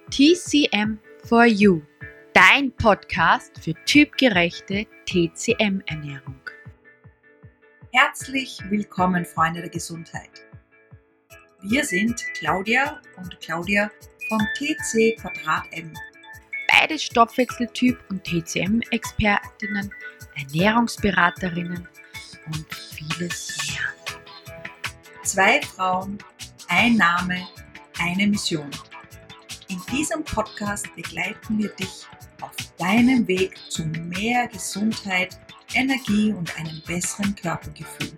TCM for You, dein Podcast für typgerechte TCM-Ernährung. Herzlich willkommen, Freunde der Gesundheit. Wir sind Claudia und Claudia von TC Quadrat M. Beide Stoffwechseltyp- und TCM-Expertinnen, Ernährungsberaterinnen und vieles mehr. 2 Frauen, ein Name, eine Mission. In diesem Podcast begleiten wir dich auf deinem Weg zu mehr Gesundheit, Energie und einem besseren Körpergefühl.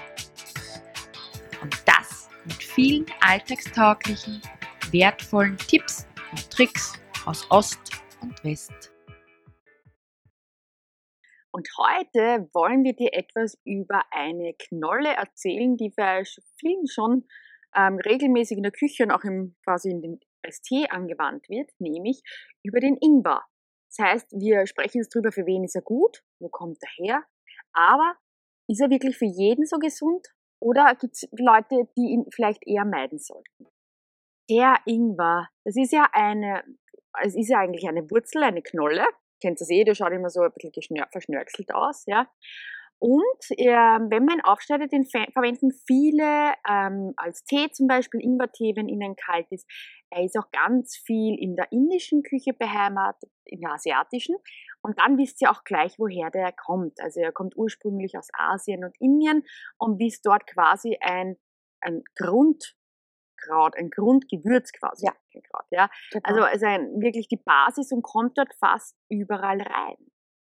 Und das mit vielen alltagstauglichen, wertvollen Tipps und Tricks aus Ost und West. Und heute wollen wir dir etwas über eine Knolle erzählen, die bei vielen schon regelmäßig in der Küche und auch als Tee angewandt wird, nämlich über den Ingwer. Das heißt, wir sprechen jetzt drüber, für wen ist er gut, wo kommt er her, aber ist er wirklich für jeden so gesund oder gibt es Leute, die ihn vielleicht eher meiden sollten? Der Ingwer, es ist ja eigentlich eine Wurzel, eine Knolle. Kennt das der schaut immer so ein bisschen verschnörkelt aus, ja. Und wenn man ihn aufschneidet, den verwenden viele als Tee zum Beispiel, Ingwertee, wenn ihnen kalt ist. Er ist auch ganz viel in der indischen Küche beheimatet, in der asiatischen. Und dann wisst ihr auch gleich, woher der kommt. Also er kommt ursprünglich aus Asien und Indien und ist dort quasi ein Grundkraut, ein Grundgewürz quasi. Ja. Kraut, ja. Genau. Also wirklich die Basis und kommt dort fast überall rein.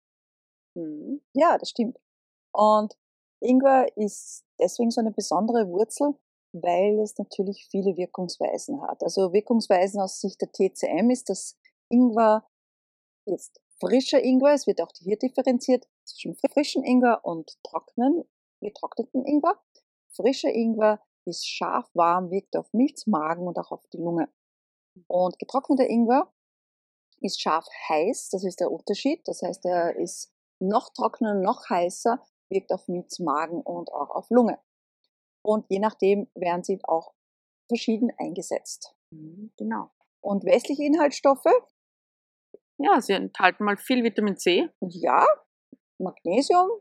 Mhm. Ja, das stimmt. Und Ingwer ist deswegen so eine besondere Wurzel, weil es natürlich viele Wirkungsweisen hat. Also Wirkungsweisen aus Sicht der TCM ist, dass Ingwer jetzt frischer Ingwer, es wird auch hier differenziert zwischen frischen Ingwer und getrockneten Ingwer. Frischer Ingwer ist scharf, warm, wirkt auf Milz, Magen und auch auf die Lunge. Und getrockneter Ingwer ist scharf heiß, das ist der Unterschied. Das heißt, er ist noch trockener, noch heißer, wirkt auf Milz, Magen und auch auf Lunge. Und je nachdem werden sie auch verschieden eingesetzt. Genau. Und westliche Inhaltsstoffe? Ja, sie enthalten mal viel Vitamin C. Ja, Magnesium,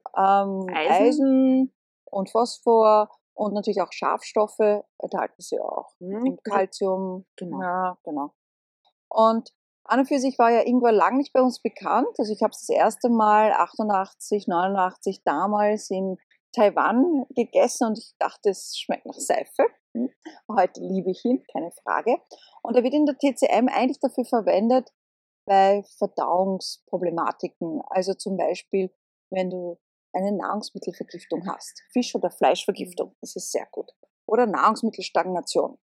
Eisen und Phosphor und natürlich auch Schafstoffe enthalten sie auch. Und Calcium. Genau. Ja, genau. Und an und für sich war ja Ingwer lang nicht bei uns bekannt. Also ich habe es das erste Mal 88, 89 damals in Taiwan gegessen und ich dachte, es schmeckt nach Seife. Heute liebe ich ihn, keine Frage. Und er wird in der TCM eigentlich dafür verwendet bei Verdauungsproblematiken. Also zum Beispiel, wenn du eine Nahrungsmittelvergiftung hast, Fisch- oder Fleischvergiftung, das ist sehr gut. Oder Nahrungsmittelstagnation.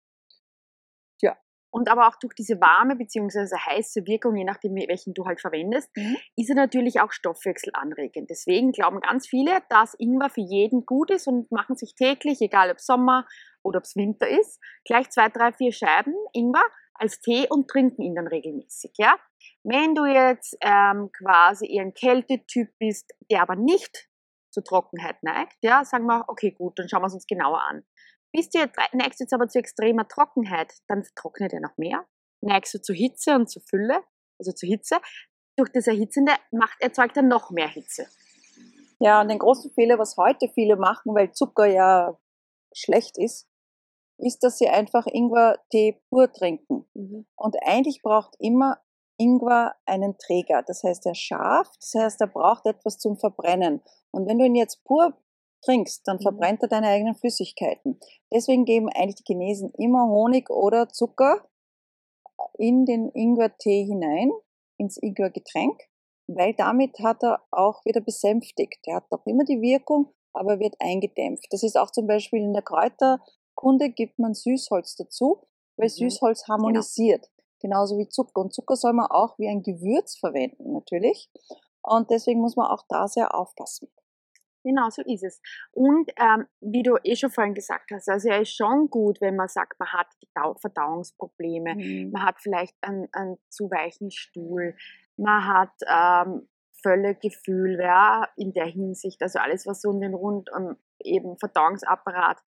Und aber auch durch diese warme bzw. heiße Wirkung, je nachdem welchen du halt verwendest, ist er natürlich auch stoffwechselanregend. Deswegen glauben ganz viele, dass Ingwer für jeden gut ist und machen sich täglich, egal ob Sommer oder ob es Winter ist, gleich 2, 3, 4 Scheiben Ingwer als Tee und trinken ihn dann regelmäßig. Ja? Wenn du jetzt quasi eher ein Kältetyp bist, der aber nicht zur Trockenheit neigt, ja, sagen wir, okay, gut, dann schauen wir es uns genauer an. Neigst du jetzt aber zu extremer Trockenheit, dann trocknet er noch mehr. Neigst du zu Hitze und zu Fülle, also zu Hitze, durch das Erhitzende erzeugt er noch mehr Hitze. Ja, und den großen Fehler, was heute viele machen, weil Zucker ja schlecht ist, dass sie einfach Ingwer-Tee pur trinken. Und eigentlich braucht immer Ingwer einen Träger. Das heißt, er scharft, das heißt, er braucht etwas zum Verbrennen. Und wenn du ihn jetzt pur trinkst, dann verbrennt er deine eigenen Flüssigkeiten. Deswegen geben eigentlich die Chinesen immer Honig oder Zucker in den Ingwer-Tee hinein, ins Ingwer-Getränk, weil damit wird er besänftigt. Er hat noch immer die Wirkung, aber wird eingedämpft. Das ist auch zum Beispiel in der Kräuterkunde gibt man Süßholz dazu, weil Süßholz harmonisiert. Genauso wie Zucker. Und Zucker soll man auch wie ein Gewürz verwenden, natürlich. Und deswegen muss man auch da sehr aufpassen. Genau, so ist es. Und wie du schon vorhin gesagt hast, also er ist schon gut, wenn man sagt, man hat Verdauungsprobleme, man hat vielleicht einen zu weichen Stuhl, man hat Völlegefühl, ja, in der Hinsicht, also alles, was so um den eben Verdauungsapparat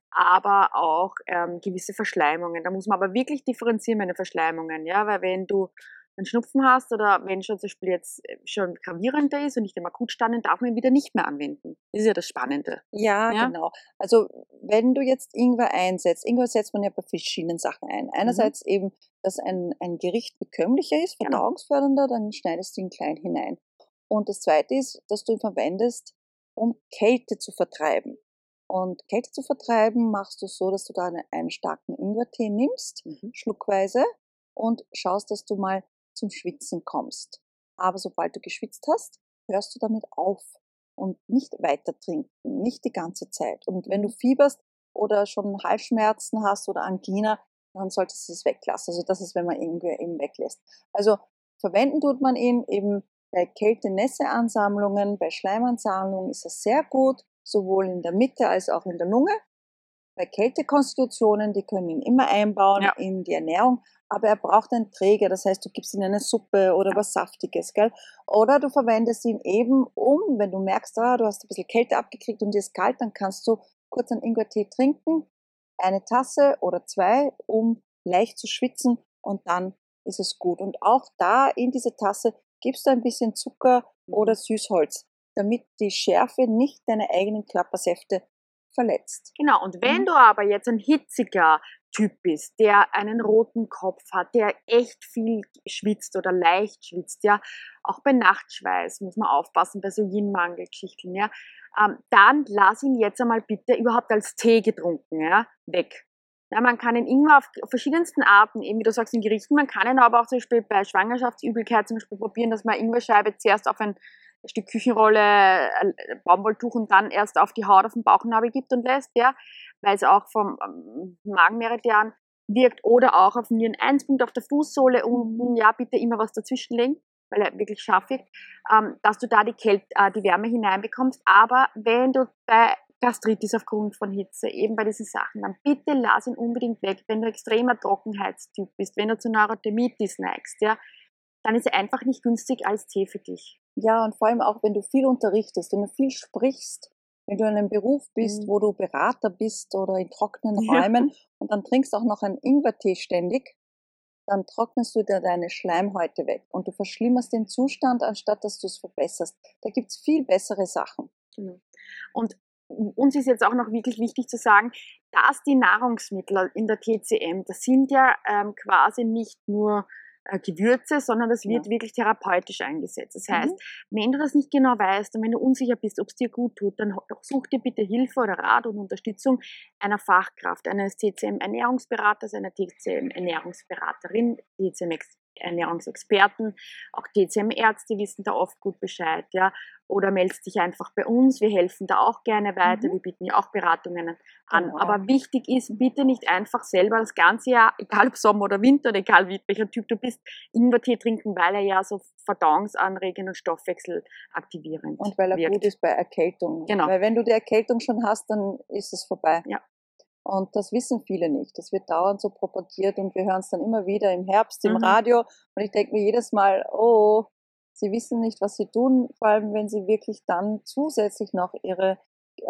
aber auch gewisse Verschleimungen. Da muss man aber wirklich differenzieren bei den Verschleimungen, ja, weil wenn du einen Schnupfen hast oder wenn schon zum Beispiel jetzt schon gravierender ist und nicht im Akutstand, dann darf man ihn wieder nicht mehr anwenden. Das ist ja das Spannende. Ja, Ja? genau. Also wenn du jetzt Ingwer einsetzt, Ingwer setzt man ja bei verschiedenen Sachen ein. Einerseits eben, dass ein Gericht bekömmlicher ist, Genau. verdauungsfördernder, dann schneidest du ihn klein hinein. Und das Zweite ist, dass du ihn verwendest, um Kälte zu vertreiben. Und Kälte zu vertreiben machst du so, dass du da einen starken Ingwertee nimmst, schluckweise, und schaust, dass du mal zum Schwitzen kommst. Aber sobald du geschwitzt hast, hörst du damit auf und nicht weiter trinken, nicht die ganze Zeit. Und wenn du fieberst oder schon Halsschmerzen hast oder Angina, dann solltest du es weglassen. Also das ist, wenn man Ingwer eben weglässt. Also verwenden tut man ihn eben bei Kälte-Nässe-Ansammlungen, bei Schleimansammlungen ist das sehr gut, sowohl in der Mitte als auch in der Lunge. Bei Kältekonstitutionen, die können ihn immer einbauen in die Ernährung, aber er braucht einen Träger, das heißt, du gibst ihn eine Suppe oder was Saftiges, gell? Oder du verwendest ihn eben wenn du merkst, du hast ein bisschen Kälte abgekriegt und dir ist kalt, dann kannst du kurz einen Ingwertee trinken, eine Tasse oder 2, um leicht zu schwitzen, und dann ist es gut. Und auch da in diese Tasse gibst du ein bisschen Zucker oder Süßholz, damit die Schärfe nicht deine eigenen Körpersäfte verletzt. Genau, und wenn du aber jetzt ein hitziger Typ bist, der einen roten Kopf hat, der echt viel schwitzt oder leicht schwitzt, ja, auch bei Nachtschweiß muss man aufpassen, bei so Yin-Mangel-Geschichten, ja, dann lass ihn jetzt einmal bitte überhaupt als Tee getrunken, ja, weg. Ja, man kann ihn immer auf verschiedensten Arten, eben wie du sagst, in Gerichten, man kann ihn aber auch zum Beispiel bei Schwangerschaftsübelkeit zum Beispiel probieren, dass man Ingwerscheibe zuerst auf ein Stück Küchenrolle, Baumwolltuch und dann erst auf die Haut auf den Bauchnabel gibt und lässt, ja, weil es auch vom Magenmeridian wirkt, oder auch auf den Niereneinspunkt auf der Fußsohle unten, ja, bitte immer was dazwischenlegen, weil er wirklich scharf wirkt, dass du da die Wärme hineinbekommst. Aber wenn du bei Gastritis aufgrund von Hitze, eben bei diesen Sachen, dann bitte lass ihn unbedingt weg. Wenn du extremer Trockenheitstyp bist, wenn du zu Neurodermitis neigst, ja, dann ist er einfach nicht günstig als Tee für dich. Ja, und vor allem auch, wenn du viel unterrichtest, wenn du viel sprichst, wenn du in einem Beruf bist, wo du Berater bist oder in trockenen Räumen und dann trinkst auch noch einen Ingwertee ständig, dann trocknest du dir deine Schleimhäute weg und du verschlimmerst den Zustand, anstatt dass du es verbesserst. Da gibt's viel bessere Sachen. Genau. Und uns ist jetzt auch noch wirklich wichtig zu sagen, dass die Nahrungsmittel in der TCM, das sind ja quasi nicht nur Gewürze, sondern das wird wirklich therapeutisch eingesetzt. Das heißt, wenn du das nicht genau weißt und wenn du unsicher bist, ob es dir gut tut, dann such dir bitte Hilfe oder Rat und Unterstützung einer Fachkraft, eines TCM-Ernährungsberaters, einer TCM-Ernährungsberaterin, TCM-Ernährungsexperten, auch TCM-Ärzte wissen da oft gut Bescheid, ja. Oder meldest dich einfach bei uns, wir helfen da auch gerne weiter, wir bieten ja auch Beratungen an. Genau. Aber wichtig ist, bitte nicht einfach selber das ganze Jahr, egal ob Sommer oder Winter oder egal welcher Typ du bist, Ingwertee trinken, weil er ja so verdauungsanregend und stoffwechselaktivierend und weil er wirkt. gut ist bei Erkältung. Genau. Weil wenn du die Erkältung schon hast, dann ist es vorbei. Ja. Und das wissen viele nicht. Das wird dauernd so propagiert und wir hören es dann immer wieder im Herbst im Radio. Und ich denke mir jedes Mal, oh, sie wissen nicht, was sie tun, vor allem wenn sie wirklich dann zusätzlich noch ihre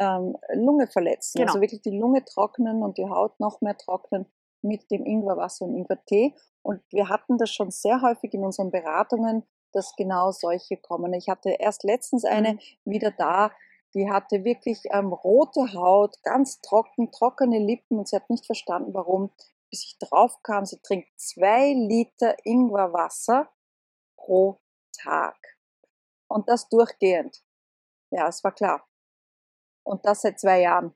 Lunge verletzen. Genau. Also wirklich die Lunge trocknen und die Haut noch mehr trocknen mit dem Ingwerwasser und Ingwertee. Und wir hatten das schon sehr häufig in unseren Beratungen, dass genau solche kommen. Ich hatte erst letztens eine wieder da, die hatte wirklich rote Haut, ganz trockene Lippen und sie hat nicht verstanden, warum, bis ich drauf kam, sie trinkt 2 Liter Ingwerwasser pro Tag. Und das durchgehend. Ja, es war klar. Und das seit 2 Jahren.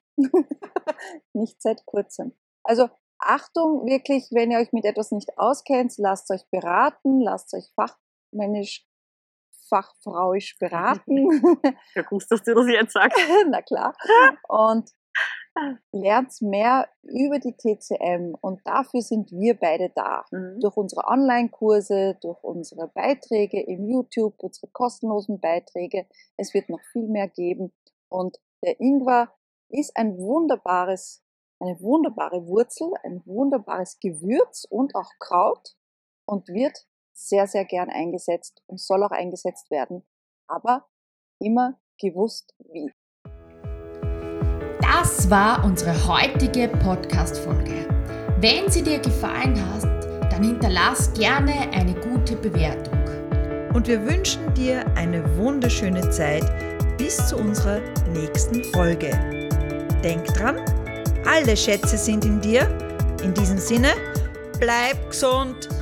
Nicht seit kurzem. Also Achtung, wirklich, wenn ihr euch mit etwas nicht auskennt, lasst euch beraten, lasst euch fachfrauisch beraten. Ja, gut, dass du das jetzt sagst. Na klar. Und lernt mehr über die TCM und dafür sind wir beide da. Durch unsere Online-Kurse, durch unsere Beiträge im YouTube, unsere kostenlosen Beiträge. Es wird noch viel mehr geben. Und der Ingwer ist eine wunderbare Wurzel, ein wunderbares Gewürz und auch Kraut und wird sehr, sehr gern eingesetzt und soll auch eingesetzt werden. Aber immer gewusst wie. Das Das war unsere heutige Podcast-Folge. Wenn sie dir gefallen hat, dann hinterlass gerne eine gute Bewertung. Und wir wünschen dir eine wunderschöne Zeit bis zu unserer nächsten Folge. Denk dran, alle Schätze sind in dir. In diesem Sinne, bleib gesund.